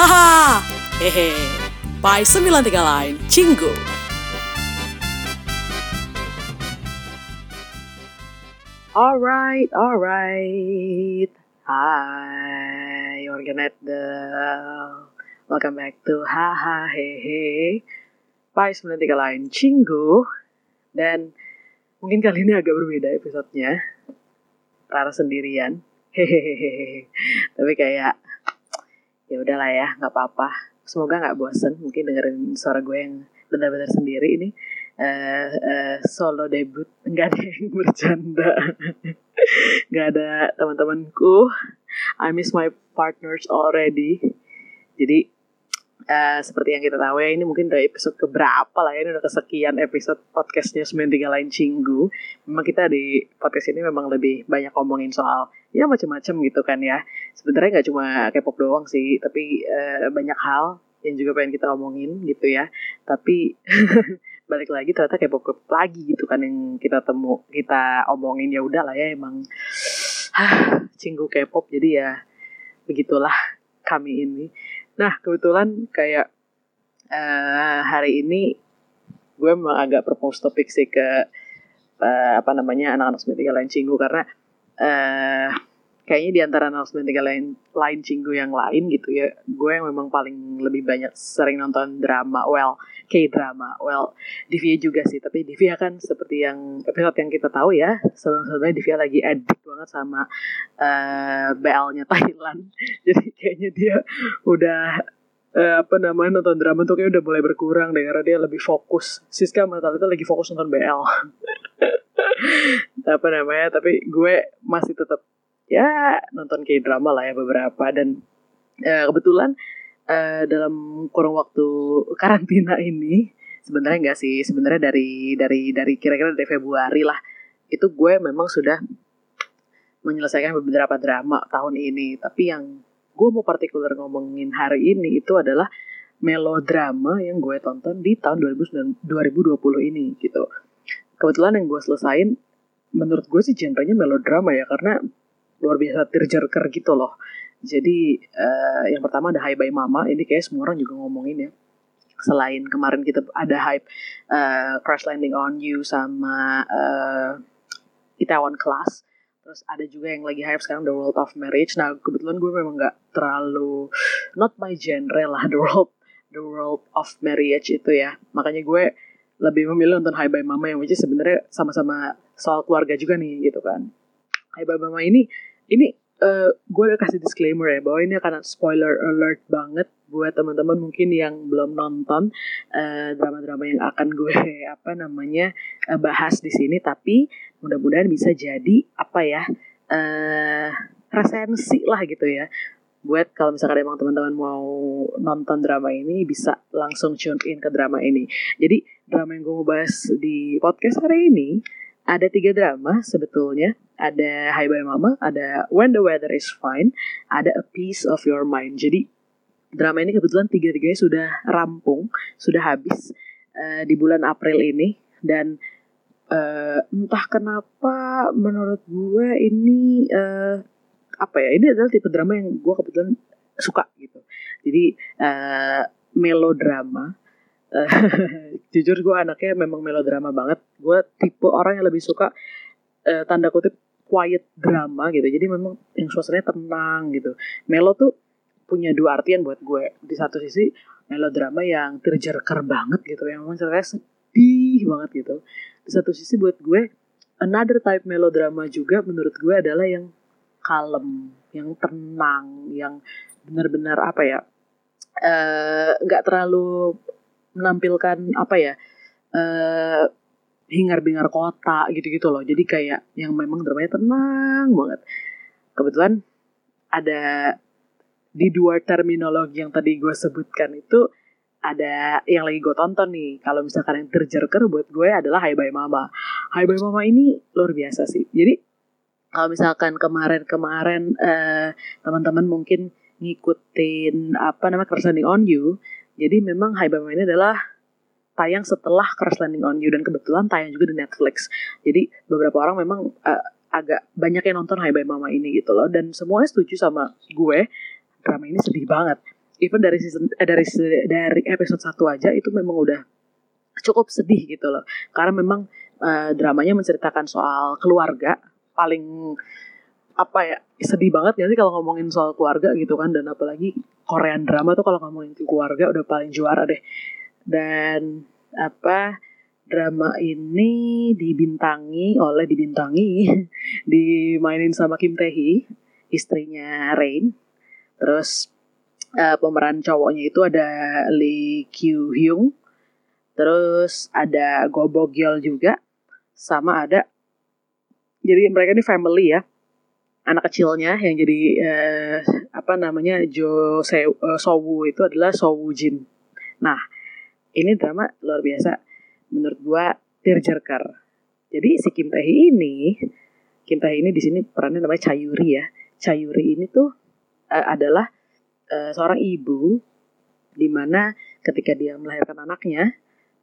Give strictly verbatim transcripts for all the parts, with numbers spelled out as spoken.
Haha, hehe, by sembilan tiga Line, Cinggu. Alright, alright. Hi, Organet Del. Welcome back to Haha Hehe by sembilan tiga Line, Cinggu. Dan mungkin kali ini agak berbeda episodenya. Rara sendirian. Hehehe. Tapi kayak ya udahlah ya, nggak apa-apa. Semoga nggak bosen mungkin dengerin suara gue yang benar-benar sendiri ini. Uh, uh, solo debut, nggak ada yang bercanda, nggak ada teman-temanku. I miss my partners already. Jadi uh, seperti yang kita tahu ya, ini mungkin udah episode keberapa lah ya, ini udah kesekian episode podcastnya sembilan tiga Line Cinggu. Memang kita di podcast ini memang lebih banyak ngomongin soal ya macam-macam gitu kan ya. Sebenarnya nggak cuma K-pop doang sih, tapi uh, banyak hal yang juga pengen kita omongin gitu ya. Tapi balik lagi ternyata K-pop lagi gitu kan yang kita temu, kita omongin. Ya udah lah ya, emang Cinggu K-pop, jadi ya begitulah kami ini. Nah kebetulan kayak uh, hari ini gue memang agak propose topik sih ke uh, apa namanya anak-anak sembilan tiga Line Cinggu, karena uh, kayaknya di antara anak sembilan tiga Line, Line Cinggu yang lain gitu ya, gue yang memang paling lebih banyak sering nonton drama, well K-drama, well Divya juga sih, tapi Divya kan seperti yang episode yang kita tahu ya, sebenarnya Divya lagi addict banget sama uh, B L-nya Thailand. Jadi kayaknya dia udah uh, apa namanya nonton drama tuh kayak udah mulai berkurang deh, karena dia lebih fokus. Siska sama Talita lagi fokus nonton B L. apa namanya, tapi gue masih tetap ya nonton K-drama lah ya beberapa. Dan uh, kebetulan uh, dalam kurung waktu karantina ini, sebenarnya enggak sih, sebenarnya dari dari dari kira-kira dari Februari lah, itu gue memang sudah menyelesaikan beberapa drama tahun ini. Tapi yang gue mau partikular ngomongin hari ini itu adalah melodrama yang gue tonton di tahun dua ribu dua puluh ini gitu. Kebetulan yang gue selesain menurut gue sih genrenya melodrama ya, karena luar biasa tearjerker gitu loh. Jadi uh, yang pertama ada Hi Bye Mama. Ini kayak semua orang juga ngomongin ya. Selain kemarin kita ada hype uh, Crash Landing on You sama uh, Itaewon Class. Terus ada juga yang lagi hype sekarang The World of Marriage. Nah kebetulan gue memang gak terlalu, not my genre lah The World The World of Marriage itu ya. Makanya gue lebih memilih nonton Hi Bye Mama, yang which is sebenarnya sama-sama soal keluarga juga nih gitu kan. Hi Bye Mama ini Ini uh, gue udah kasih disclaimer ya, bahwa ini akan spoiler alert banget buat teman-teman mungkin yang belum nonton uh, drama-drama yang akan gue apa namanya uh, bahas di sini. Tapi mudah-mudahan bisa jadi apa ya uh, resensi lah gitu ya, buat kalau misalkan emang teman-teman mau nonton drama ini bisa langsung tune in ke drama ini. Jadi drama yang gue mau bahas di podcast hari ini ada tiga drama sebetulnya. Ada Hi Bye Mama, ada When the Weather is Fine, ada A Piece of Your Mind. Jadi drama ini kebetulan tiga-tiganya sudah rampung, sudah habis uh, di bulan April ini. Dan uh, entah kenapa menurut gue ini uh, apa ya, ini adalah tipe drama yang gue kebetulan suka gitu. Jadi uh, melodrama. Uh, jujur gue anaknya memang melodrama banget. Gue tipe orang yang lebih suka uh, tanda kutip quiet drama gitu. Jadi memang yang suasananya tenang gitu. Melo tuh punya dua artian buat gue. Di satu sisi melodrama yang tearjerker banget gitu, yang memang ceritanya sedih banget gitu. Di satu sisi buat gue another type melodrama juga menurut gue adalah yang kalem, yang tenang, yang benar-benar apa ya, nggak uh, terlalu menampilkan apa ya uh, hingar-bingar kota gitu-gitu loh. Jadi kayak yang memang dramanya tenang banget. Kebetulan ada di dua terminologi yang tadi gue sebutkan itu, ada yang lagi gue tonton nih. Kalau misalkan yang tearjerker buat gue adalah Hi Bye Mama. Hi Bye Mama ini luar biasa sih. Jadi kalau misalkan kemarin-kemarin uh, teman-teman mungkin ngikutin apa namanya Crash Landing on You, jadi memang Hi Bye Mama ini adalah tayang setelah Crash Landing on You, dan kebetulan tayang juga di Netflix. Jadi beberapa orang memang uh, agak banyak yang nonton Hi Bye Mama ini gitu loh. Dan semuanya setuju sama gue, drama ini sedih banget. even dari season eh, dari dari episode satu aja itu memang udah cukup sedih gitu loh, karena memang uh, dramanya menceritakan soal keluarga. Paling apa ya, sedih banget gak sih kalau ngomongin soal keluarga gitu kan, dan apalagi Korean drama tuh kalau ngomongin keluarga udah paling juara deh. Dan apa, drama ini dibintangi oleh dibintangi dimainin sama Kim Tae Hee, istrinya Rain. Terus uh, pemeran cowoknya itu ada Lee Kyu Hyung, terus ada Go Bo Gyeol juga, sama ada, jadi mereka ini family ya, anak kecilnya yang jadi uh, apa namanya Jo Se uh, Sowu itu adalah Sowu Jin. Nah ini drama luar biasa menurut gua, tearjerker. Jadi si Kim Tae Hee ini, Kim Tae Hee ini di sini perannya namanya Cha Yuri ya. Cha Yuri ini tuh uh, adalah uh, seorang ibu, di mana ketika dia melahirkan anaknya,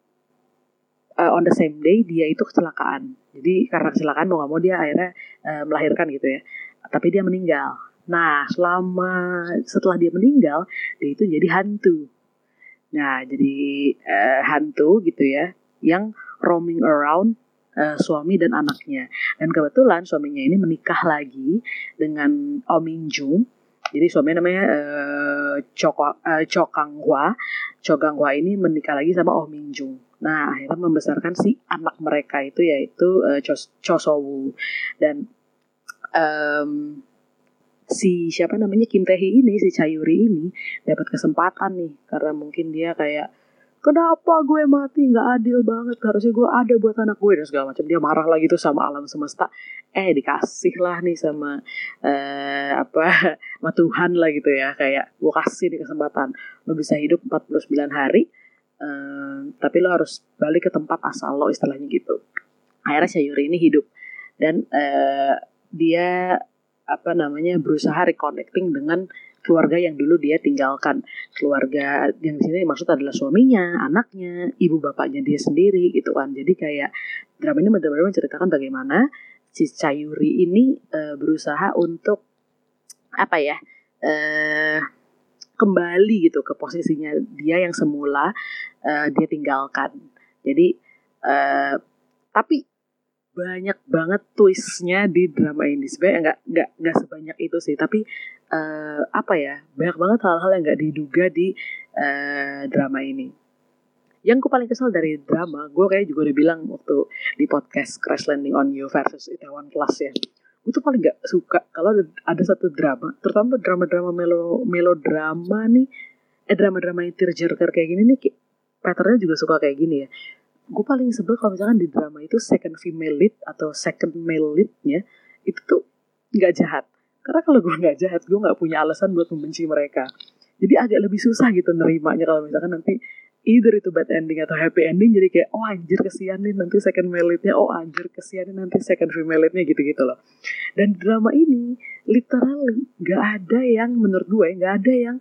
uh, on the same day dia itu kecelakaan. Jadi karena kecelakaan mau gak mau dia akhirnya uh, melahirkan gitu ya. Tapi dia meninggal. Nah selama setelah dia meninggal, dia itu jadi hantu. Nah jadi uh, hantu gitu ya, yang roaming around uh, suami dan anaknya. Dan kebetulan suaminya ini menikah lagi dengan Oh Min Jung. Jadi suaminya namanya uh, Cho, uh, Cho Kang Hwa. Cho Kang Hwa ini menikah lagi sama Oh Min Jung. Nah akhirnya membesarkan si anak mereka itu, yaitu uh, Cho, Cho Sowu. Dan um, si siapa namanya Kim Tae Hee ini, si Cha Yuri ini dapat kesempatan nih, karena mungkin dia kayak, kenapa gue mati, nggak adil banget, harusnya gue ada buat anak gue dan segala macam. Dia marah lagi tuh sama alam semesta. Eh dikasih lah nih sama uh, apa sama Tuhan lah gitu ya, kayak gue kasih nih kesempatan, lo bisa hidup empat puluh sembilan hari, uh, tapi lo harus balik ke tempat asal lo, istilahnya gitu. Akhirnya Cha Yuri ini hidup, dan uh, dia apa namanya berusaha reconnecting dengan keluarga yang dulu dia tinggalkan. Keluarga yang di sini maksud adalah suaminya, anaknya, ibu bapaknya dia sendiri gitu kan. Jadi kayak drama ini benar-benar menceritakan bagaimana si Cha Yuri ini uh, berusaha untuk apa ya, uh, kembali gitu ke posisinya dia yang semula uh, dia tinggalkan. Jadi uh, tapi banyak banget twistnya di drama ini. Sebenarnya nggak nggak nggak sebanyak itu sih, tapi uh, apa ya, banyak banget hal-hal yang nggak diduga di uh, drama ini. Yang gue paling kesel dari drama, gue kayak juga udah bilang waktu di podcast Crash Landing on You versus Itaewon Class ya, gue tuh paling nggak suka kalau ada, ada satu drama, terutama drama-drama melo melodrama nih, eh drama-drama yang tearjerker kayak gini nih, kayak patternnya juga suka kayak gini ya. Gue paling sebel kalau misalkan di drama itu second female lead atau second male leadnya itu tuh nggak jahat. Karena kalau gue nggak jahat, gue nggak punya alasan buat membenci mereka. Jadi agak lebih susah gitu nerimanya kalau misalkan nanti either itu bad ending atau happy ending. Jadi kayak, oh anjir kesian nih nanti second male leadnya, oh anjir kesian nih nanti second female leadnya, gitu-gitu loh. Dan drama ini literally nggak ada yang, menurut gue nggak ada yang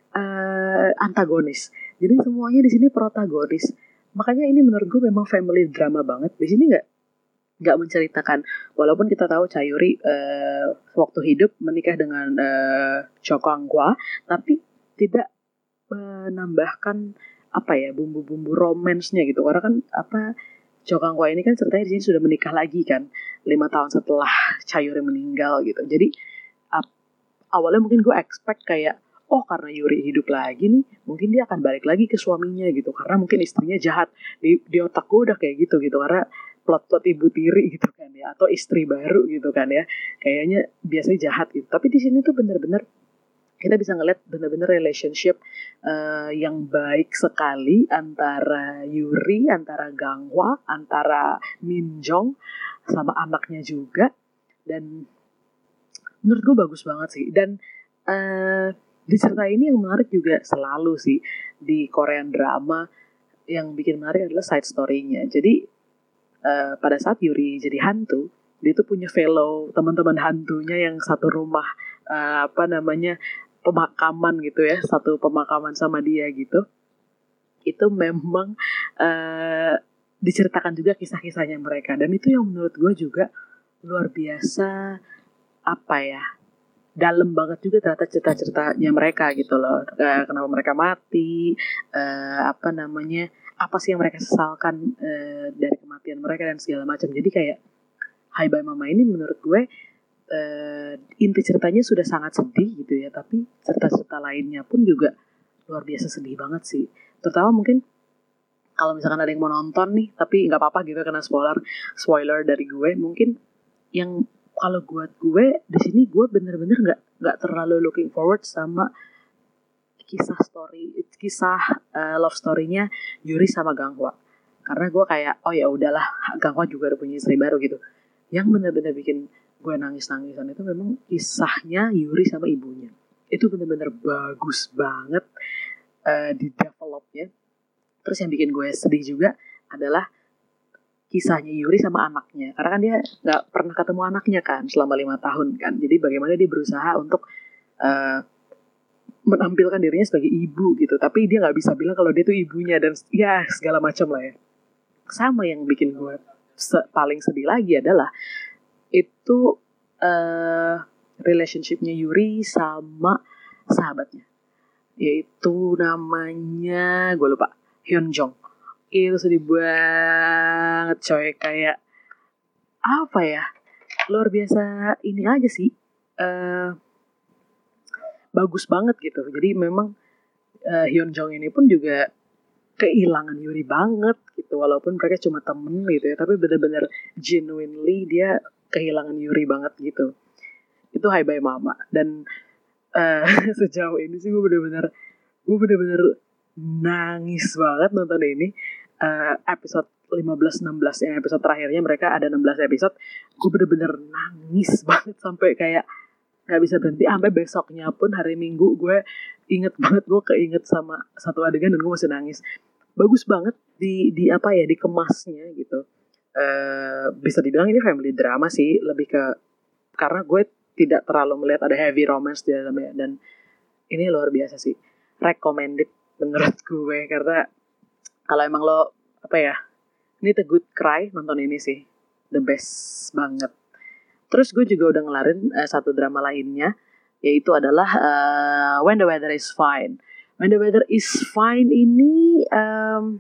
uh, antagonis. Jadi semuanya di sini protagonis. Makanya ini menurut gue memang family drama banget. Di sini nggak nggak menceritakan, walaupun kita tahu Cha Yuri uh, waktu hidup menikah dengan uh, Cho Kang Hwa, tapi tidak menambahkan apa ya bumbu-bumbu romansnya gitu. Karena kan apa, Cho Kang Hwa ini kan ceritanya di sini sudah menikah lagi kan, lima tahun setelah Cha Yuri meninggal gitu. Jadi uh, awalnya mungkin gue expect kayak, oh karena Yuri hidup lagi nih, mungkin dia akan balik lagi ke suaminya gitu, karena mungkin istrinya jahat. Di, di otak gue udah kayak gitu gitu, karena plot-plot ibu tiri gitu kan ya, atau istri baru gitu kan ya, kayaknya biasanya jahat gitu. Tapi di sini tuh benar-benar kita bisa ngeliat benar-benar relationship uh, yang baik sekali antara Yuri, antara Gang Hwa, antara Min Jong sama anaknya juga. Dan menurut gue bagus banget sih. Dan uh, di cerita ini yang menarik juga selalu sih di Korean drama, yang bikin menarik adalah side story-nya. Jadi uh, pada saat Yuri jadi hantu, dia tuh punya fellow teman-teman hantunya yang satu rumah, uh, apa namanya, pemakaman gitu ya, satu pemakaman sama dia gitu. Itu memang uh, diceritakan juga kisah-kisahnya mereka, dan itu yang menurut gue juga luar biasa apa ya, dalam banget juga ternyata cerita-ceritanya mereka gitu loh. Uh, kenapa mereka mati, uh, apa namanya, apa sih yang mereka sesalkan uh, dari kematian mereka dan segala macam. Jadi kayak Hi Bye Mama ini menurut gue uh, inti ceritanya sudah sangat sedih gitu ya, tapi cerita-cerita lainnya pun juga luar biasa sedih banget sih. Terutama mungkin kalau misalkan ada yang mau nonton nih, tapi nggak apa-apa gitu karena spoiler spoiler dari gue, mungkin yang kalau buat gue di sini gue bener-bener nggak nggak terlalu looking forward sama kisah story kisah uh, love story-nya Yuri sama Ganghwa, karena gue kayak oh ya udahlah, Ganghwa juga udah punya istri baru gitu. Yang bener-bener bikin gue nangis-nangisan itu memang kisahnya Yuri sama ibunya. Itu bener-bener bagus banget uh, di developnya. Terus yang bikin gue sedih juga adalah kisahnya Yuri sama anaknya. Karena kan dia gak pernah ketemu anaknya kan selama lima tahun kan. Jadi bagaimana dia berusaha untuk uh, menampilkan dirinya sebagai ibu gitu. Tapi dia gak bisa bilang kalau dia tuh ibunya dan ya segala macam lah ya. Sama yang bikin gue se- paling sedih lagi adalah itu uh, relationshipnya Yuri sama sahabatnya. Yaitu namanya, gue lupa, Hyunjong. Itu sedih banget coy, kayak apa ya, luar biasa ini aja sih, uh, bagus banget gitu. Jadi memang uh, Hyunjong ini pun juga kehilangan Yuri banget gitu, walaupun mereka cuma temen gitu ya, tapi benar-benar genuinely dia kehilangan Yuri banget gitu. Itu Hi Bye Mama. Dan uh, sejauh ini sih gue benar-benar gue benar-benar nangis banget nonton ini. Uh, episode lima belas enam belas yang episode terakhirnya, mereka ada enam belas episode. Gue bener-bener nangis banget sampai kayak gak bisa berhenti. Sampai besoknya pun hari Minggu gue inget banget, gue keinget sama satu adegan dan gue masih nangis. Bagus banget di di apa ya, dikemasnya gitu. Uh, bisa dibilang ini family drama sih, lebih ke karena gue tidak terlalu melihat ada heavy romance di dalamnya, dan ini luar biasa sih, recommended menurut gue. Karena kalau emang lo apa ya, ini the good cry, nonton ini sih the best banget. Terus gue juga udah ngelarin uh, satu drama lainnya, yaitu adalah uh, When the Weather is Fine. When the Weather is Fine ini um,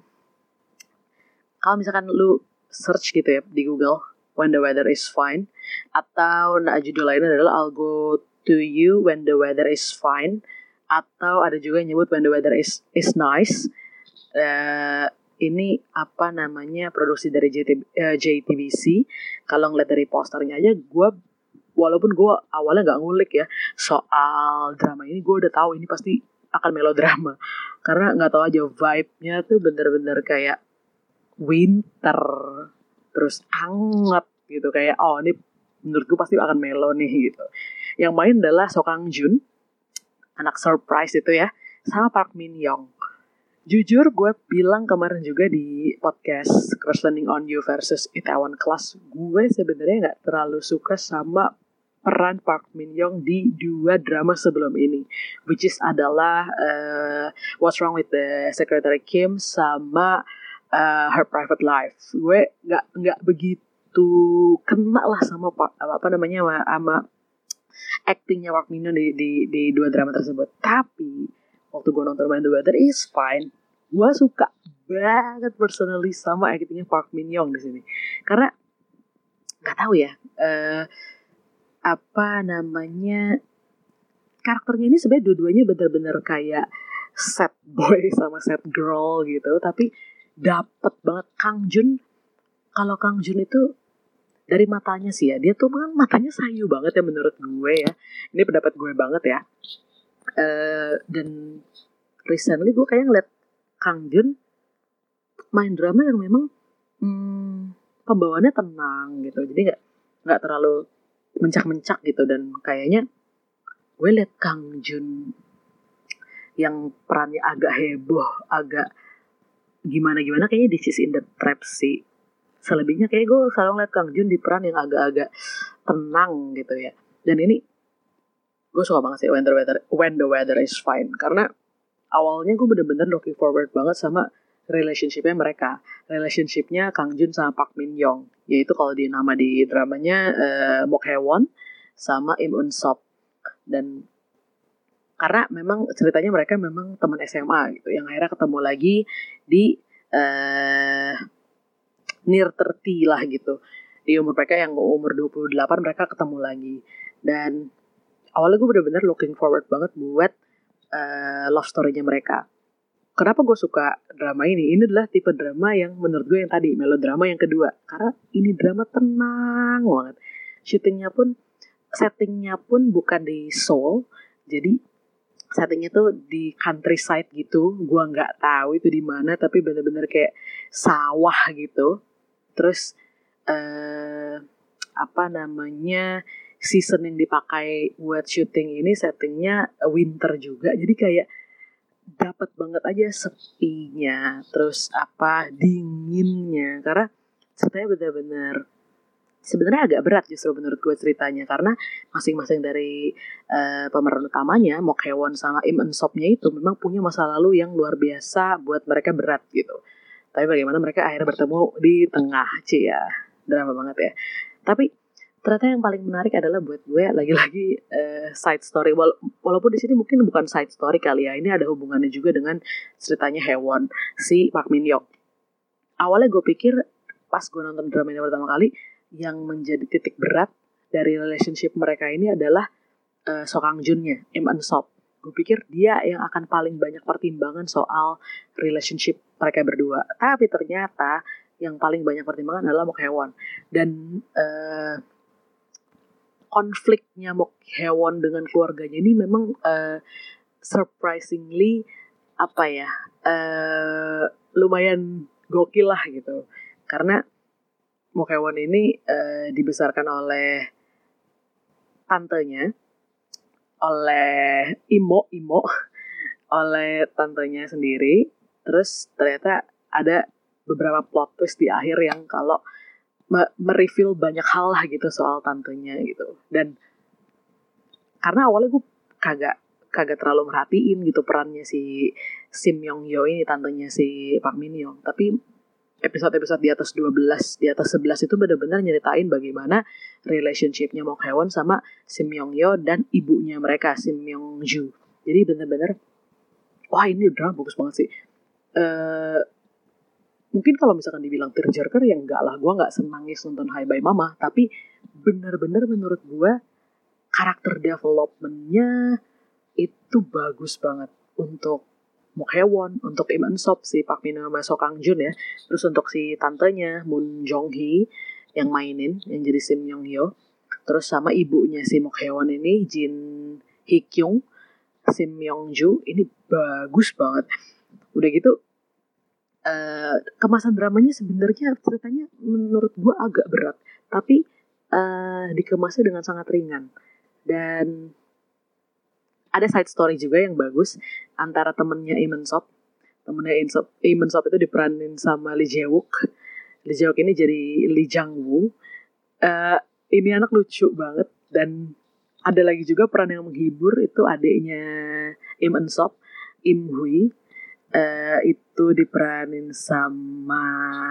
kalau misalkan lu search gitu ya di Google, When the Weather is Fine, atau nah, judul lainnya adalah I'll Go to You When the Weather is Fine, atau ada juga yang nyebut When the Weather is is Nice. Uh, ini apa namanya, produksi dari J T, uh, J T B C. Kalau ngeliat dari posternya aja, gue walaupun gue awalnya nggak ngulik ya soal drama ini, gue udah tahu ini pasti akan melodrama, karena nggak tahu aja vibe-nya tuh bener-bener kayak winter, terus hangat gitu, kayak oh ini menurut gue pasti akan melo nih gitu. Yang main adalah So Kang Jun, anak Surprise itu ya, sama Park Min Young. Jujur gue bilang kemarin juga di podcast Crash Landing on You versus Itaewon Class, gue sebenarnya gak terlalu suka sama peran Park Min Young di dua drama sebelum ini, which is adalah uh, What's Wrong with the Secretary Kim sama uh, Her Private Life. Gue gak, gak begitu kena lah sama apa namanya sama, sama actingnya Park Min Young di, di, di dua drama tersebut. Tapi waktu gue nonton When the Weather is Fine, gue suka banget personally sama actingnya Park Min Young di sini. Karena nggak tahu ya, uh, apa namanya, karakternya ini sebenarnya dua-duanya benar-benar kayak sad boy sama sad girl gitu. Tapi dapet banget Kang Jun. Kalau Kang Jun itu dari matanya sih ya, dia tuh kan matanya sayu banget ya menurut gue ya. Ini pendapat gue banget ya. Uh, dan recently gue kayak ngeliat Kang Jun main drama yang memang hmm, pembawaannya tenang gitu, jadi nggak nggak terlalu mencak-mencak gitu. Dan kayaknya gue liat Kang Jun yang perannya agak heboh, agak gimana-gimana, kayaknya This Is in the Trap sih. Selebihnya kayak gue selalu ngeliat Kang Jun di peran yang agak-agak tenang gitu ya. Dan ini gue suka banget sih When the Weather, When the Weather is Fine, karena awalnya gue bener-bener looking forward banget sama relationshipnya mereka. Relationshipnya Kang Jun sama Park Min Young, yaitu kalau di nama di dramanya uh, Mok Hae Won sama Im Eun Sop. Dan karena memang ceritanya mereka memang teman S M A gitu, yang akhirnya ketemu lagi di uh, near thirty lah gitu. Di umur mereka yang umur dua puluh delapan mereka ketemu lagi. Dan awalnya gue bener-bener looking forward banget buat uh, love story-nya mereka. Kenapa gue suka drama ini? Ini adalah tipe drama yang menurut gue yang tadi, melodrama yang kedua. Karena ini drama tenang banget. Syutingnya pun, settingnya pun bukan di Seoul. Jadi settingnya tuh di countryside gitu. Gue nggak tahu itu di mana, tapi bener-bener kayak sawah gitu. Terus eh, apa namanya, season yang dipakai buat syuting ini settingnya winter juga. Jadi kayak dapat banget aja sepinya, terus apa dinginnya, karena ceritanya benar-benar sebenarnya agak berat justru menurut gue ceritanya, karena masing-masing dari uh, pemeran utamanya Mok Hye-won sama Im Eun-sopnya itu memang punya masa lalu yang luar biasa buat mereka berat gitu. Tapi bagaimana mereka akhirnya bertemu di tengah, cie ya, drama banget ya. Tapi ternyata yang paling menarik adalah buat gue lagi-lagi uh, side story. Wala- walaupun di sini mungkin bukan side story kali ya, ini ada hubungannya juga dengan ceritanya Haewon si Park Min Young. Awalnya gue pikir pas gue nonton drama ini pertama kali, yang menjadi titik berat dari relationship mereka ini adalah uh, So Kang Junnya, Im Eun-sop. Gue pikir dia yang akan paling banyak pertimbangan soal relationship mereka berdua. Tapi ternyata yang paling banyak pertimbangan adalah Mok Hye-won. Dan uh, konfliknya Mok Hye-won dengan keluarganya ini memang uh, surprisingly apa ya uh, lumayan gokil lah gitu, karena Mok Hye-won ini uh, dibesarkan oleh tantenya, oleh Imo Imo oleh tantenya sendiri. Terus ternyata ada beberapa plot twist di akhir yang kalau mereveal banyak hal lah gitu soal tantenya gitu. Dan karena awalnya gue kagak kagak terlalu merhatiin gitu perannya si Sim Yong Hyo ini, tantenya si Park Min Young. Tapi episode-episode di atas dua belas, di atas sebelas itu benar-benar nyeritain bagaimana relationship-nya Mok Hye-won sama Sim Yong Hyo dan ibunya mereka, Sim Yong Ju. Jadi benar-benar wah ini drama bagus banget sih. Uh, Mungkin kalau misalkan dibilang tearjerker ya enggak lah, gue gak senangis nonton Hi Bye Mama, tapi bener-bener menurut gue karakter development-nya itu bagus banget untuk Mok Hye-won, untuk Im Eun-sop si Park Min Young sama So Kang Jun ya, terus untuk si tantenya Moon Jong Hee yang mainin, yang jadi Sim Yong Hyo, terus sama ibunya si Mok Hye-won ini Jin Hee Kyung, Sim Yong Ju, ini bagus banget. Udah gitu Uh, kemasan dramanya sebenarnya ceritanya menurut gue agak berat, tapi uh, dikemasnya dengan sangat ringan. Dan ada side story juga yang bagus antara temennya Im Eun-sop. Temennya Im Eun-sop itu diperanin sama Lee Jae-wook. Lee Jae-wook ini jadi Lee Jang-woo. Uh, ini anak lucu banget. Dan ada lagi juga peran yang menghibur, itu adiknya Im Eun-sop, Im Hui. Uh, itu diperanin sama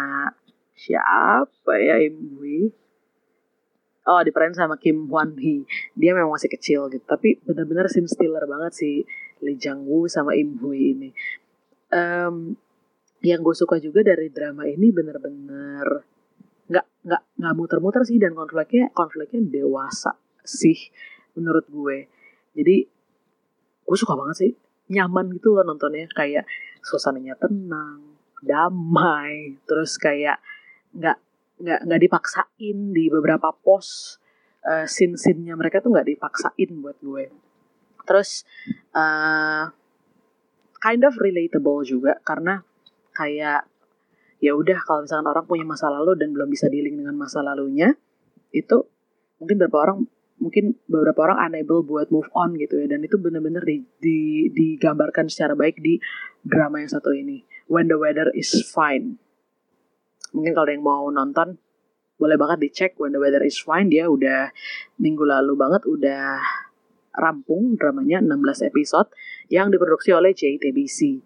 siapa ya, Im Hui? Oh, diperanin sama Kim Hwan Hee. Dia memang masih kecil gitu, tapi benar-benar scene stealer banget si Lee Jang-woo sama Im Hui ini. Um, yang gue suka juga dari drama ini benar-benar nggak nggak nggak muter-muter sih, dan konfliknya konfliknya dewasa sih menurut gue. Jadi gue suka banget sih, nyaman gitu loh nontonnya, kayak suasananya tenang, damai, terus kayak nggak nggak nggak dipaksain di beberapa pos, uh, scene-scene-nya mereka tuh nggak dipaksain buat gue. Terus uh, kind of relatable juga, karena kayak ya udah kalau misalkan orang punya masa lalu dan belum bisa dealing dengan masa lalunya, itu mungkin beberapa orang mungkin beberapa orang unable buat move on gitu ya, dan itu benar-benar di, di, digambarkan secara baik di drama yang satu ini, When the Weather is Fine. Mungkin kalau ada yang mau nonton boleh banget dicek When the Weather is Fine. Dia udah minggu lalu banget udah rampung dramanya, enam belas episode yang diproduksi oleh J T B C.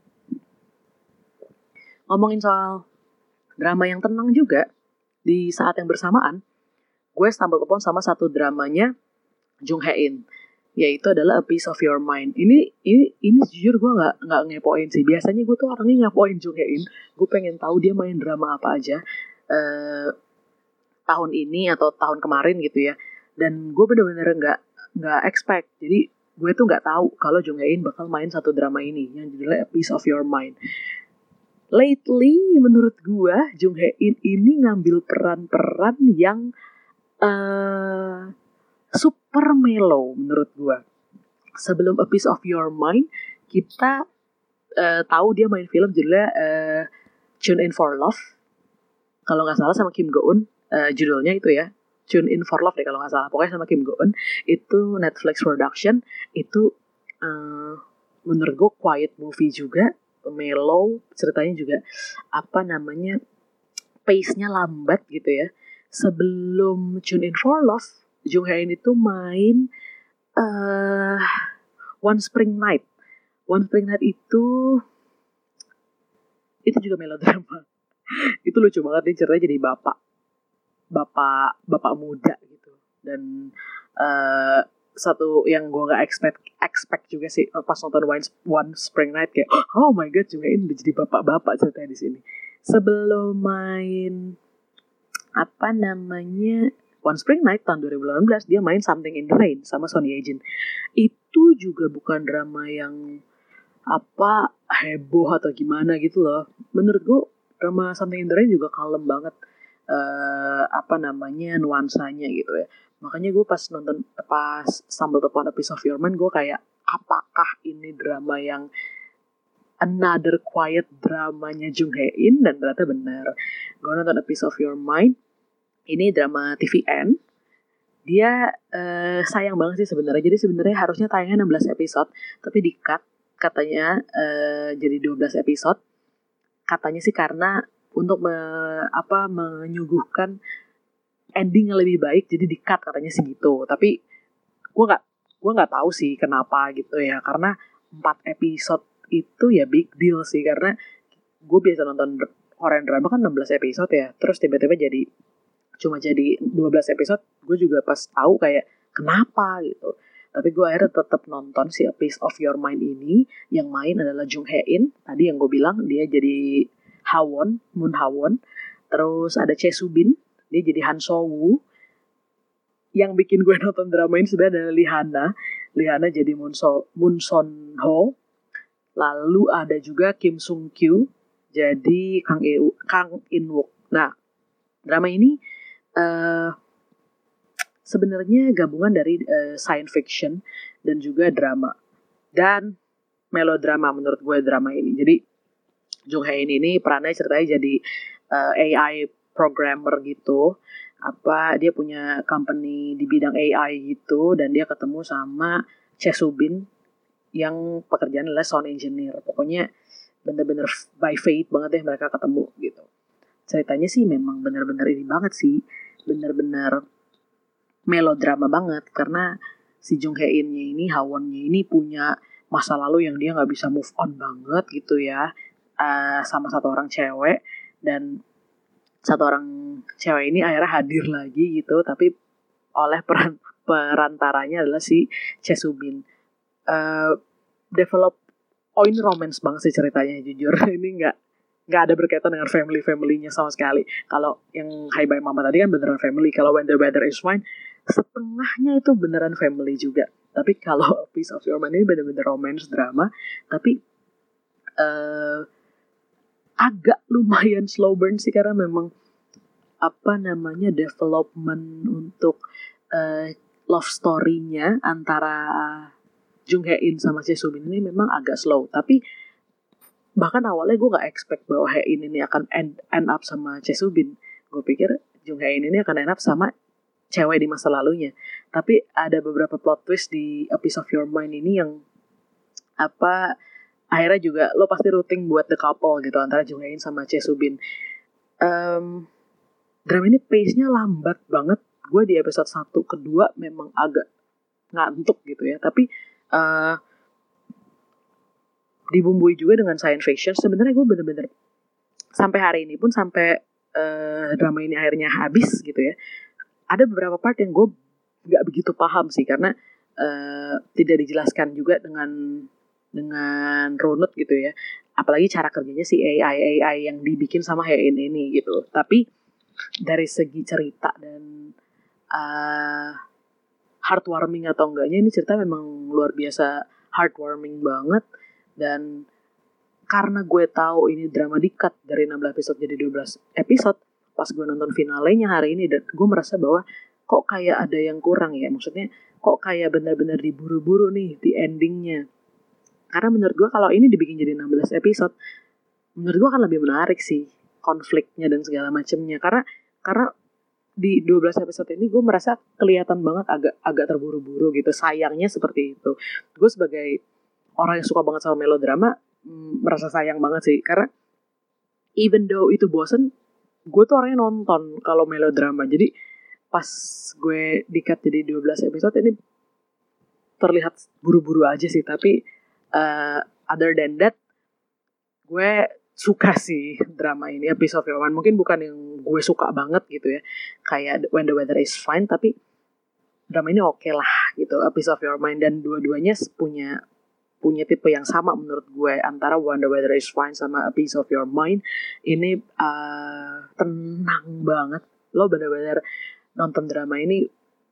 Ngomongin soal drama yang tenang juga, di saat yang bersamaan gue stumble upon sama satu dramanya Jung Hae In yaitu adalah A Piece of Your Mind. Ini ini ini jujur gue nggak nggak ngepoin sih. Biasanya gue tuh orangnya ngepoin Jung Hae In. Gue pengen tahu dia main drama apa aja uh, tahun ini atau tahun kemarin gitu ya. Dan gue bener-bener nggak nggak expect. Jadi gue tuh nggak tahu kalau Jung Hae In bakal main satu drama ini yang judulnya A Piece of Your Mind. Lately, menurut gue, Jung Hae In ini ngambil peran-peran yang uh, super mellow menurut gue. Sebelum A Piece of Your Mind, kita uh, tahu dia main film judulnya uh, Tune In For Love. Kalau nggak salah sama Kim Go Eun, uh, judulnya itu ya. Tune In For Love deh kalau nggak salah. Pokoknya sama Kim Go Eun. Itu Netflix production. Itu uh, menurut gue quiet movie juga. Mellow, ceritanya juga apa namanya pace-nya lambat gitu ya. Sebelum Tune In For Love, Jung Hae In itu main uh, One Spring Night. One Spring Night itu itu juga melodrama. Itu lucu banget nih, ceritanya jadi bapak bapak bapak muda gitu. Dan uh, satu yang gue gak expect expect juga sih pas nonton One, One Spring Night kayak oh my god, Jung Hae In udah jadi bapak-bapak ceritanya di sini. Sebelum main apa namanya One Spring Night tahun dua ribu delapan belas, dia main Something in the Rain sama Son Ye Jin. Itu juga bukan drama yang apa heboh atau gimana gitu loh. Menurut gue drama Something in the Rain juga kalem banget. Uh, apa namanya nuansanya gitu ya. Makanya gue pas nonton pas stumbled upon A Piece of Your Mind, gue kayak apakah ini drama yang another quiet dramanya Jung Hae In, dan ternyata benar. Gue nonton A Piece of Your Mind, ini drama T V N. Dia uh, sayang banget sih sebenarnya. Jadi sebenarnya harusnya tayangnya enam belas episode, tapi di cut katanya uh, jadi dua belas episode. Katanya sih karena untuk me, apa menyuguhkan ending yang lebih baik, jadi di-cut katanya sih gitu. Tapi gue nggak gue nggak tahu sih kenapa gitu ya, karena empat episode itu ya big deal sih, karena gue biasa nonton Korean drama kan enam belas episode ya, terus tiba-tiba jadi cuma jadi dua belas episode. Gue juga pas tahu kayak kenapa gitu. Tapi gue akhirnya tetap nonton si A Piece of Your Mind ini. Yang main adalah Jung Hae In, tadi yang gue bilang dia jadi Hawon, Moon Hawon. Terus ada Choi Soo Bin, dia jadi Han So Woo. Yang bikin gue nonton drama ini sebenarnya adalah Lihana. Lihana jadi Moon, so, Moon Son Ho. Lalu ada juga Kim Sung Kyu jadi Kang, e, Kang In Wook. Nah, drama ini uh, sebenarnya gabungan dari uh, science fiction dan juga drama. Dan melodrama menurut gue drama ini. Jadi Jung Hae In ini perannya ceritanya jadi uh, A I programmer gitu. Apa dia punya company di bidang A I gitu, dan dia ketemu sama Choi Soo Bin yang pekerjaan adalah sound engineer. Pokoknya bener-bener by fate banget deh mereka ketemu gitu. Ceritanya sih memang bener-bener ini banget sih, bener-bener melodrama banget, karena si Jung Hae In-nya ini, Hawon-nya ini punya masa lalu yang dia gak bisa move on banget gitu ya. Uh, sama satu orang cewek, dan satu orang cewek ini akhirnya hadir lagi gitu, tapi oleh peran perantaranya adalah si Choi Soo Bin. Uh, develop oh ini romance banget sih ceritanya, jujur ini nggak nggak ada berkaitan dengan family familynya sama sekali. Kalau yang Hi Bye Mama tadi kan beneran family, kalau When the Weather is Fine setengahnya itu beneran family juga. Tapi kalau Piece of Your Mind ini bener-bener romance drama, tapi uh, agak lumayan slow burn sih, karena memang apa namanya development untuk uh, love story-nya antara Jung Hae In sama Choi Soo Bin ini memang agak slow. Tapi bahkan awalnya gue gak expect bahwa Hae In ini akan end, end up sama Choi Soo Bin. Gue pikir Jung Hae In ini akan end up sama cewek di masa lalunya. Tapi ada beberapa plot twist di A Piece of Your Mind ini yang apa akhirnya juga lo pasti rooting buat the couple gitu antara Jung Hae In sama Choi Soo Bin. Um, drama ini pace-nya lambat banget. Gue di episode satu kedua memang agak ngantuk gitu ya. Tapi uh, dibumbui juga dengan science fiction. Sebenarnya gue bener-bener sampai hari ini pun, sampai uh, drama ini akhirnya habis gitu ya, ada beberapa part yang gue gak begitu paham sih, karena uh, tidak dijelaskan juga dengan dengan runut gitu ya. Apalagi cara kerjanya si A I A I yang dibikin sama Hein ini gitu. Tapi dari segi cerita dan uh, heartwarming atau enggaknya, ini cerita memang luar biasa heartwarming banget. Dan karena gue tahu ini drama di-cut dari enam belas episode jadi dua belas episode, pas gue nonton finalenya hari ini, dan gue merasa bahwa kok kayak ada yang kurang ya. Maksudnya kok kayak benar-benar diburu-buru nih di endingnya. Karena menurut gue kalau ini dibikin jadi enam belas episode, menurut gue akan lebih menarik sih konfliknya dan segala macamnya. Karena karena di dua belas episode ini gue merasa kelihatan banget agak agak terburu-buru gitu. Sayangnya seperti itu. Gue sebagai orang yang suka banget sama melodrama, mm, merasa sayang banget sih. Karena even though itu bosen, gue tuh orangnya nonton kalau melodrama. Jadi pas gue di-cut jadi dua belas episode ini terlihat buru-buru aja sih. Tapi uh, other than that, gue suka sih drama ini, A Piece of Your Mind. Mungkin bukan yang gue suka banget gitu ya, kayak When the Weather is Fine, tapi drama ini oke okay lah gitu, A Piece of Your Mind. Dan dua-duanya punya punya tipe yang sama menurut gue, antara When the Weather is Fine sama A Piece of Your Mind. Ini uh, tenang banget. Lo bener-bener nonton drama ini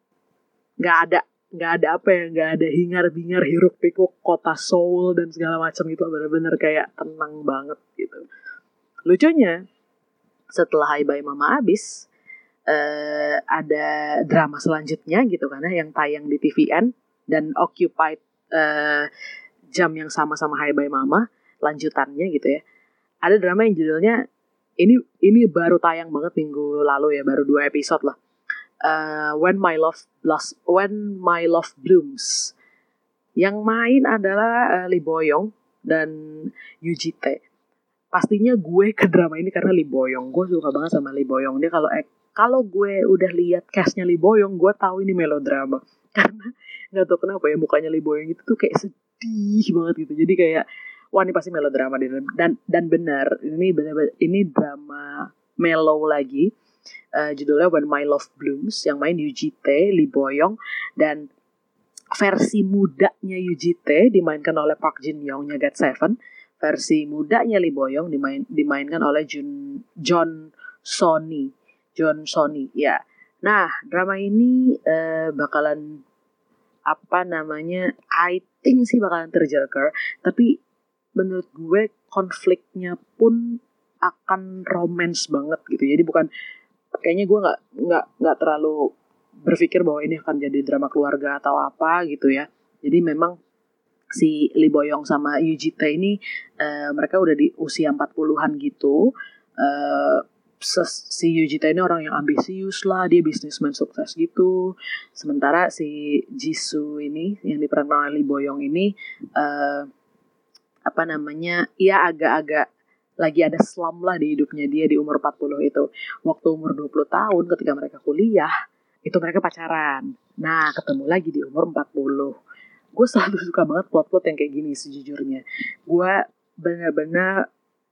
nggak ada nggak ada apa ya, nggak ada hingar-bingar hiruk pikuk kota Seoul dan segala macam gitu. Bener-bener kayak tenang banget gitu. Lucunya setelah Hai Bye Mama abis, uh, ada drama selanjutnya gitu kan ya, yang tayang di T V N dan occupied uh, jam yang sama sama Hai Bye Mama, lanjutannya gitu ya. Ada drama yang judulnya, ini ini baru tayang banget minggu lalu ya, baru dua episode lah. Uh, When My Love Blooms, When My Love Blooms. Yang main adalah uh, Lee Bo Young dan Yoo Ji Tae. Pastinya gue ke drama ini karena Lee Bo Young. Gue suka banget sama Lee Bo Young. Dia kalau eh, kalau gue udah lihat castnya Lee Bo Young, gue tahu ini melodrama. Karena nggak tahu kenapa ya, mukanya Lee Bo Young itu tuh kayak sedih banget gitu. Jadi kayak wah ini pasti melodrama. Dan dan benar, ini benar ini drama mellow lagi. Uh, judulnya When My Love Blooms, yang main Yoo Ji Tae, Lee Bo Young, dan versi mudanya Yoo Ji Tae dimainkan oleh Park Jin Young-nya God Seven. Versi mudanya Lee Bo Young dimain, dimainkan oleh Jun, John Sonny. John Sonny, ya. Nah, drama ini uh, bakalan apa namanya? I think sih bakalan tearjerker, tapi menurut gue konfliknya pun akan romance banget gitu. Jadi bukan, kayaknya gue nggak nggak nggak terlalu berpikir bahwa ini akan jadi drama keluarga atau apa gitu ya. Jadi memang si Lee Bo Young sama Yoo Ji Tae ini uh, mereka udah di usia empat puluhan gitu. Uh, si Yoo Ji Tae ini orang yang ambisius lah, dia businessman sukses gitu. Sementara si Jisoo ini yang diperankan oleh Lee Bo Young ini uh, apa namanya? Ya agak-agak lagi ada slump lah di hidupnya dia di umur empat puluh itu. Waktu umur dua puluh tahun ketika mereka kuliah, itu mereka pacaran. Nah, ketemu lagi di umur empat puluh. Gue selalu suka banget plot-plot yang kayak gini sejujurnya. Gue benar-benar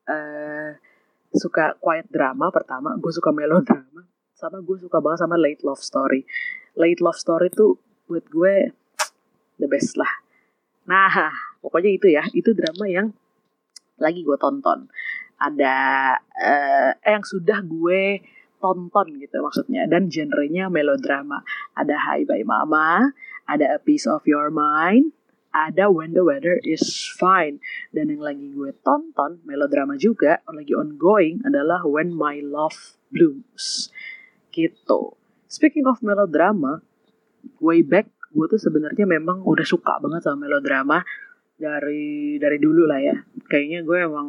uh, suka quiet drama pertama, gue suka melodrama, sama gue suka banget sama late love story. Late love story tuh buat gue the best lah. Nah, pokoknya itu ya, itu drama yang lagi gue tonton. Ada uh, eh, yang sudah gue tonton gitu maksudnya, dan genrenya melodrama. Ada Hai Bye Mama, ada A Piece of Your Mind, ada When the Weather is Fine, dan yang lagi gue tonton melodrama juga lagi ongoing adalah When My Love Blooms gitu. Speaking of melodrama, way back gue tuh sebenarnya memang udah suka banget sama melodrama dari dari dulu lah ya. Kayaknya gue emang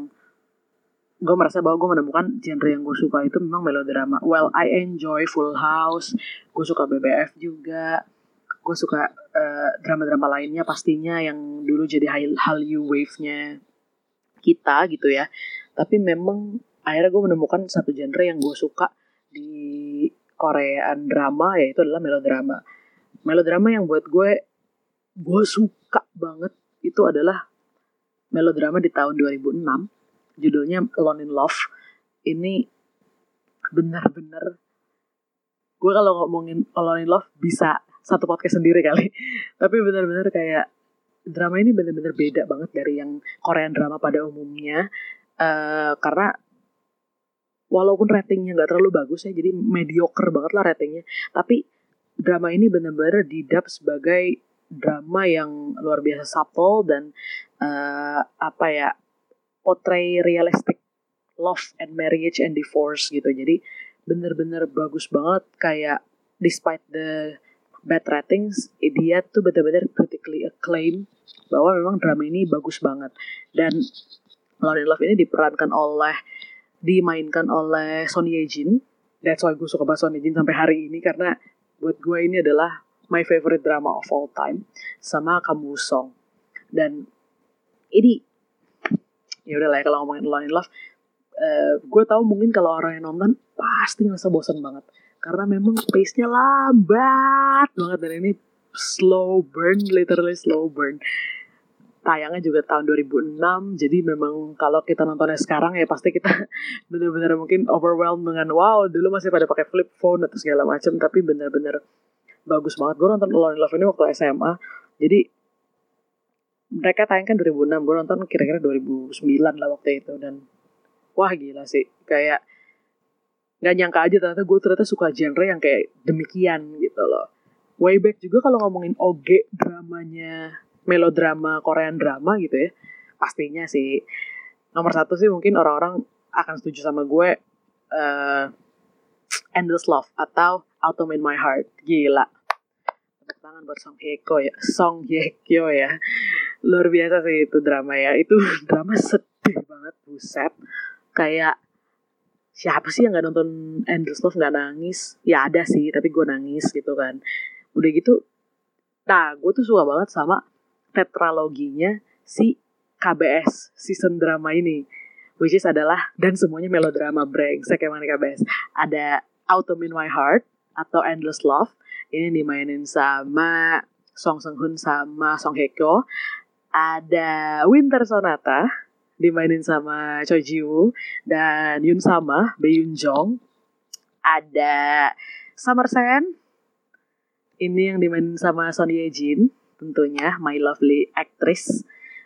gue merasa bahwa gue menemukan genre yang gue suka itu memang melodrama. Well, I enjoy Full House, gue suka B B F juga, gue suka uh, drama-drama lainnya pastinya yang dulu jadi Hallyu Wave-nya kita gitu ya. Tapi memang akhirnya gue menemukan satu genre yang gue suka di Korean drama, yaitu adalah melodrama. Melodrama yang buat gue gue suka banget itu adalah melodrama di tahun dua ribu enam, judulnya Alone in Love. Ini benar-benar, gue kalau ngomongin Alone in Love bisa satu podcast sendiri kali. Tapi benar-benar kayak drama ini benar-benar beda banget dari yang Korean drama pada umumnya. Uh, karena walaupun ratingnya nggak terlalu bagus ya, jadi mediocre banget lah ratingnya. Tapi drama ini benar-benar didap sebagai drama yang luar biasa subtle dan uh, apa ya, portray realistic love and marriage and divorce gitu. Jadi benar-benar bagus banget, kayak despite the bad ratings, dia tuh benar-benar critically acclaimed bahwa memang drama ini bagus banget. Dan Alone in Love ini diperankan oleh dimainkan oleh Son Ye Jin. That's why gue suka banget Son Ye Jin sampai hari ini, karena buat gue ini adalah my favorite drama of all time, sama Kam Woo Song. Dan ini ya udah lah ya, kalau ngomongin Alone in Love, uh, gue tahu mungkin kalau orang yang nonton pasti ngerasa bosan banget karena memang pace-nya lambat banget, dan ini slow burn, literally slow burn. Tayangnya juga tahun dua ribu enam, jadi memang kalau kita nontonnya sekarang ya pasti kita benar-benar mungkin overwhelmed dengan wow, dulu masih pada pakai flip phone atau segala macam, tapi benar-benar bagus banget. Gue nonton Alone in Love ini waktu S M A, jadi mereka tayangkan dua ribu enam, gue nonton kira-kira dua ribu sembilan lah waktu itu, dan wah gila sih, kayak gak nyangka aja ternyata gue ternyata suka genre yang kayak demikian gitu loh. Way back juga kalau ngomongin O G dramanya, melodrama Korean drama gitu ya, pastinya sih nomor satu sih mungkin orang-orang akan setuju sama gue, uh, Endless Love atau Autumn in My Heart. Gila, tepuk tangan buat Song Hye Kyo ya, Song Hye Kyo ya, luar biasa sih itu drama ya. Itu drama sedih banget, buset. Kayak siapa sih yang gak nonton Endless Love gak nangis? Ya ada sih, tapi gue nangis gitu kan. Udah gitu, nah gue tuh suka banget sama tetraloginya si K B S season drama ini, which is adalah, dan semuanya melodrama, brengsek emang di K B S. Ada Autumn in My Heart atau Endless Love, ini dimainin sama Song Seung Hoon sama Song Hye Kyo. Ada Winter Sonata dimainin sama Choi Ji Woo dan Yoon Sama, Bae Yoon Jong. Ada Summer Sen, ini yang dimainin sama Son Ye Jin tentunya, my lovely actress.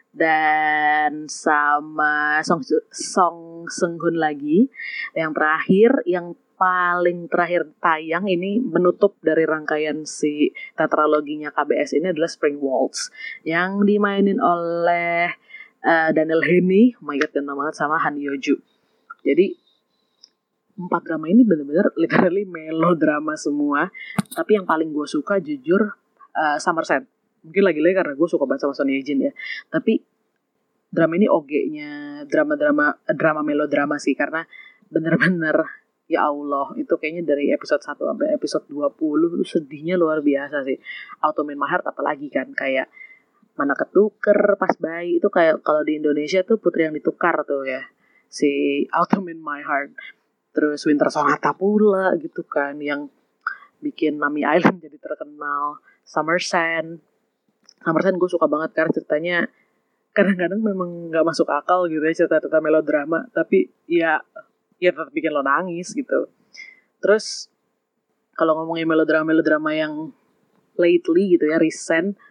Dan sama Song Song Seung Hoon lagi. Yang terakhir, yang paling terakhir tayang ini menutup dari rangkaian si tetraloginya K B S ini adalah Spring Waltz yang dimainin oleh uh, Daniel Henney, oh my god ganteng banget, sama Han Yo Joo. Jadi empat drama ini benar-benar literally melodrama semua. Tapi yang paling gue suka jujur uh, Summer Sen. Mungkin lagi-lagi karena gue suka banget sama Son Ye Jin ya. Tapi drama ini O G-nya drama-drama drama melodrama sih, karena bener-bener ya Allah, itu kayaknya dari episode satu sampai episode dua puluh itu sedihnya luar biasa sih. Autumn in My Heart apalagi kan, kayak mana ketuker pas bayi itu, kayak kalau di Indonesia tuh Putri yang ditukar tuh ya, si Autumn in My Heart. Terus Winter Sonata pula gitu kan, yang bikin Nami Island jadi terkenal. Summer Sen Summer Sen gue suka banget karena ceritanya kadang-kadang memang gak masuk akal gitu ya, cerita-cerita melodrama, tapi ya ya tetap bikin lo nangis gitu. Terus kalau ngomongin melodrama-melodrama yang lately gitu ya, recent,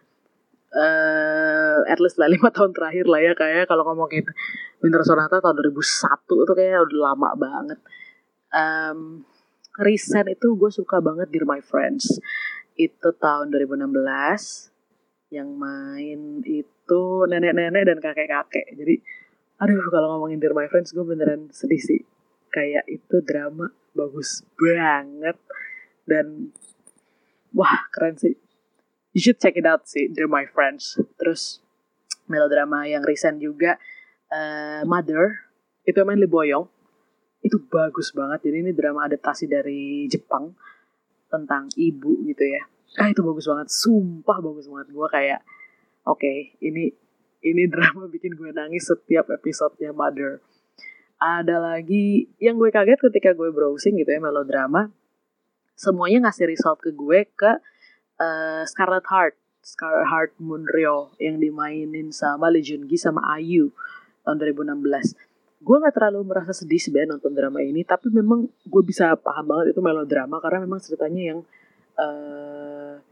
uh, at least lah lima tahun terakhir lah ya, kayak kalau ngomongin Winter Sonata tahun dua ribu satu itu kayak udah lama banget. Um, recent itu gue suka banget Dear My Friends, itu tahun dua ribu enam belas, yang main itu nenek-nenek dan kakek-kakek. Jadi aduh, kalau ngomongin Dear My Friends gue beneran sedih sih. Kayak itu drama bagus banget dan wah keren sih. You should check it out sih, Dear My Friends. Terus melodrama yang recent juga, uh, Mother, itu main Lee Bo Young. Itu bagus banget. Jadi ini drama adaptasi dari Jepang tentang ibu gitu ya. Ah itu bagus banget, sumpah bagus banget. Gue kayak oke, okay, ini ini drama bikin gue nangis setiap episodenya Mother. Ada lagi yang gue kaget ketika gue browsing gitu ya, melodrama, semuanya ngasih result ke gue ke uh, Scarlet Heart, Scarlet Heart Moonryo yang dimainin sama Lee Joon Gi sama I U tahun dua ribu enam belas. Gue gak terlalu merasa sedih sebenarnya nonton drama ini, tapi memang gue bisa paham banget itu melodrama karena memang ceritanya yang uh,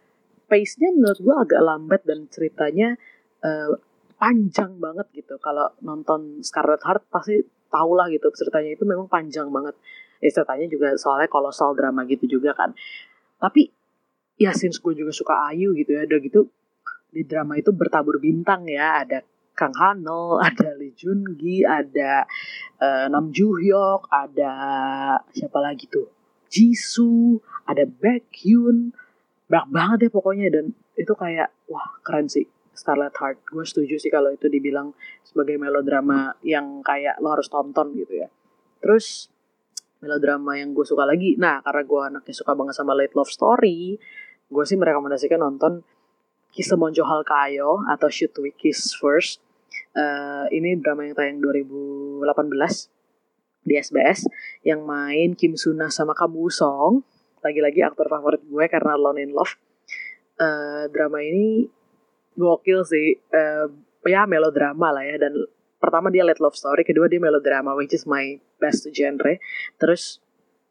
pace-nya menurut gue agak lambat dan ceritanya uh, panjang banget gitu. Kalau nonton Scarlet Heart pasti tau lah gitu, ceritanya itu memang panjang banget. Ya, ceritanya juga soalnya kolosal drama gitu juga kan. Tapi ya since gue juga suka Ayu gitu ya, udah gitu di drama itu bertabur bintang ya. Ada Kang Hanel, ada Lee Joon Gi, ada uh, Nam Joo Hyuk, ada siapa lagi tuh, Jisoo, ada Baekhyun, banyak banget ya pokoknya. Dan itu kayak wah keren sih Scarlet Heart. Gue setuju sih kalau itu dibilang sebagai melodrama yang kayak lo harus tonton gitu ya. Terus melodrama yang gue suka lagi, nah karena gue anaknya suka banget sama late love story, gue sih merekomendasikan nonton Kisah Monjohal Kayo atau Should We Kiss First. Uh, ini drama yang tayang dua ribu delapan belas di S B S, yang main Kim Suna sama Kam Woo Song, lagi-lagi aktor favorit gue karena Alone in Love. Uh, drama ini gokil sih, uh, ya melodrama lah ya. Dan pertama dia late love story, kedua dia melodrama, which is my best genre. Terus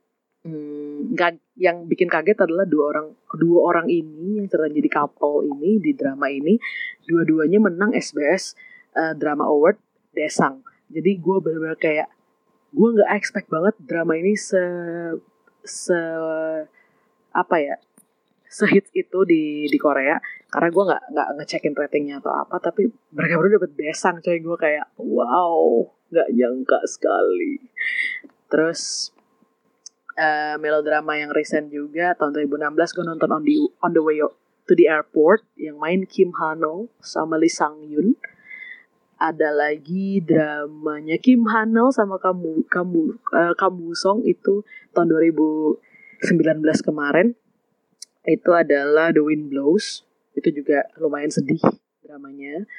hmm, gak, yang bikin kaget adalah dua orang dua orang ini yang ternyata jadi couple ini di drama ini, dua-duanya menang S B S uh, Drama Award Daesang. Jadi gue benar-benar kayak gue nggak expect banget drama ini se se apa ya sehits itu di di Korea, karena gue nggak nggak ngecekin ratingnya atau apa, tapi mereka berdua dapet Daesang coy. Gue kayak wow, nggak nyangka sekali. Terus uh, melodrama yang recent juga tahun dua ribu enam belas, gue nonton on the on the way to the airport yang main Kim Hanel sama Lee Sang Yoon. Ada lagi dramanya Kim Hanel sama kamu kamu uh, Kam Woo Song itu tahun dua ribu sembilan belas kemarin. Itu adalah The Wind Blows. Itu juga lumayan sedih dramanya.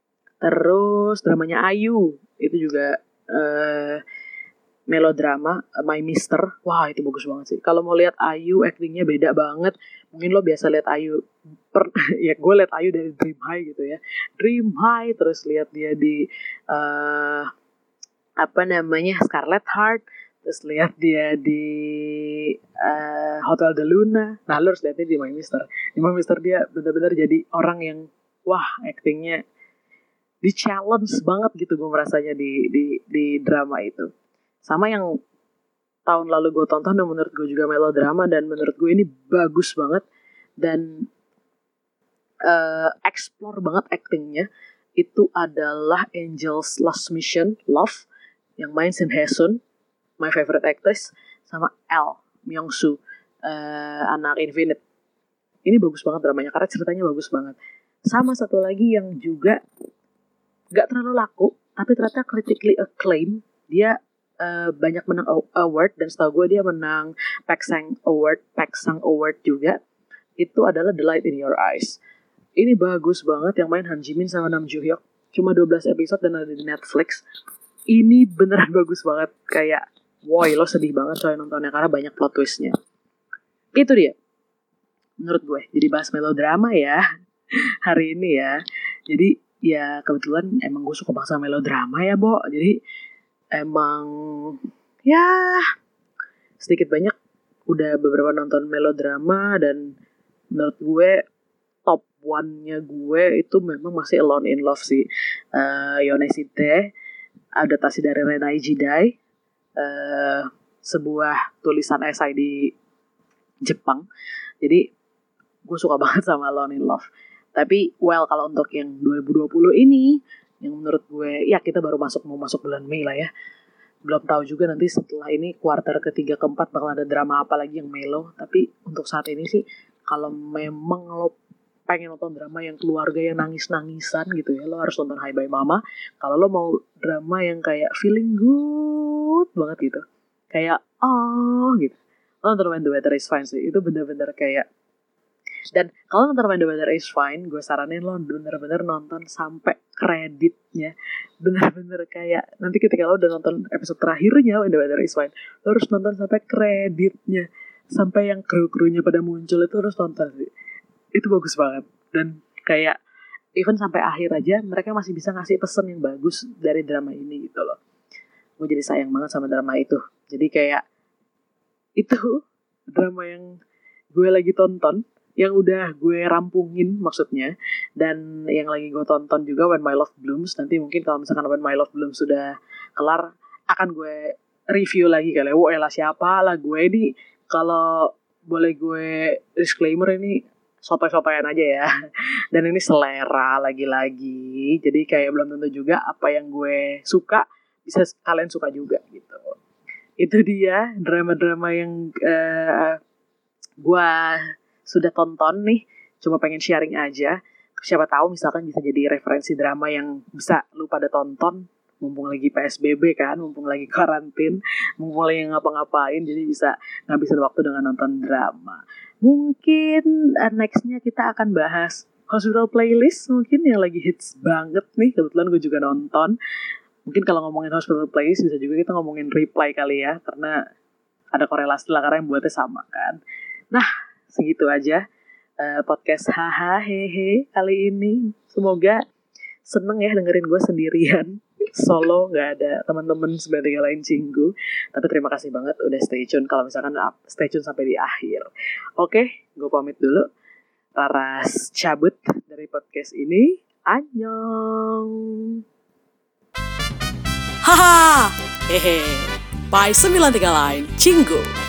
Terus dramanya Ayu itu juga uh, melodrama, My Mister. Wah itu bagus banget sih. Kalau mau lihat Ayu actingnya beda banget. Mungkin lo biasa lihat Ayu per, ya gue lihat Ayu dari Dream High gitu ya. Dream High, terus lihat dia di uh, apa namanya Scarlet Heart, terus lihat dia di uh, Hotel de Luna. Nah lo harus lihatnya di My Mister. Di My Mister dia benar-benar jadi orang yang wah actingnya di challenge banget gitu gue merasanya di di di drama itu. Sama yang tahun lalu gue tonton dan menurut gue juga melodrama dan menurut gue ini bagus banget dan uh, explore banget actingnya, itu adalah Angel's Last Mission Love yang main Shin Hye Sun, my favorite actress, sama Elle Myung Soo, uh, anak Infinite. Ini bagus banget dramanya karena ceritanya bagus banget. Sama satu lagi yang juga gak terlalu laku tapi ternyata critically acclaimed, dia Uh, banyak menang award dan setahu gue dia menang Paksang Award, Paksang Award juga. Itu adalah The Light in Your Eyes. Ini bagus banget, yang main Han Ji Min sama Nam Joo Hyuk. Cuma dua belas episode dan ada di Netflix. Ini beneran bagus banget, kayak woi lo sedih banget coy nontonnya karena banyak plot twistnya. Itu dia menurut gue. Jadi bahas melodrama ya hari ini ya. Jadi ya kebetulan emang gue suka banget sama melodrama ya Bo. Jadi emang ya sedikit banyak udah beberapa nonton melodrama dan menurut gue top one-nya gue itu memang masih Alone in Love sih. uh, Yonesite, adaptasi dari Renai Jidai, uh, sebuah tulisan esai di Jepang. Jadi gue suka banget sama Alone in Love. Tapi well kalau untuk yang dua ribu dua puluh ini, yang menurut gue ya kita baru masuk mau masuk bulan Mei lah ya, belum tahu juga nanti setelah ini kuarter ketiga keempat bakal ada drama apa lagi yang melo. Tapi untuk saat ini sih kalau memang lo pengen nonton drama yang keluarga yang nangis-nangisan gitu ya, lo harus nonton Hi Bye Mama. Kalau lo mau drama yang kayak feeling good banget gitu, kayak oh gitu, lo nonton When the Weather is Fine sih. Itu bener-bener kayak, dan kalau nonton When the Weather is Fine, gue saranin lo bener-bener nonton sampai kreditnya. Bener-bener kayak nanti ketika lo udah nonton episode terakhirnya When the Weather is Fine, lo harus nonton sampai kreditnya, sampai yang kru-krunya pada muncul itu harus nonton sih. Itu bagus banget. Dan kayak even sampai akhir aja mereka masih bisa ngasih pesan yang bagus dari drama ini gitu loh. Gue jadi sayang banget sama drama itu. Jadi kayak itu drama yang gue lagi tonton yang udah gue rampungin maksudnya, dan yang lagi gue tonton juga When My Love Blooms. Nanti mungkin kalau misalkan When My Love Blooms sudah kelar akan gue review lagi kali. Wah elah siapa lah gue ini, kalau boleh gue disclaimer ini sotoy-sotoyan aja ya. Dan ini selera lagi-lagi. Jadi kayak belum tentu juga apa yang gue suka bisa kalian suka juga gitu. Itu dia drama-drama yang uh, gue sudah tonton nih. Cuma pengen sharing aja. Siapa tahu misalkan bisa jadi referensi drama yang bisa lu pada tonton. Mumpung lagi P S B B kan, mumpung lagi karantin, mumpung lagi ngapa-ngapain, jadi bisa ngabisin waktu dengan nonton drama. Mungkin uh, nextnya kita akan bahas Hospital Playlist mungkin yang lagi hits banget nih. Kebetulan gue juga nonton. Mungkin kalau ngomongin Hospital Playlist bisa juga kita ngomongin Reply kali ya, karena ada korelasi lah karena yang buatnya sama kan. Nah segitu aja uh, podcast haha hehe kali ini. Semoga seneng ya dengerin gue sendirian solo, nggak ada teman-teman sebagai lain cinggu. Tapi terima kasih banget udah stay tune. Kalau misalkan stay tune sampai di akhir. Oke, gue pamit dulu. Raras cabut dari podcast ini. Annyeong. Haha, hehe. By sembilan tiga Line, cinggu.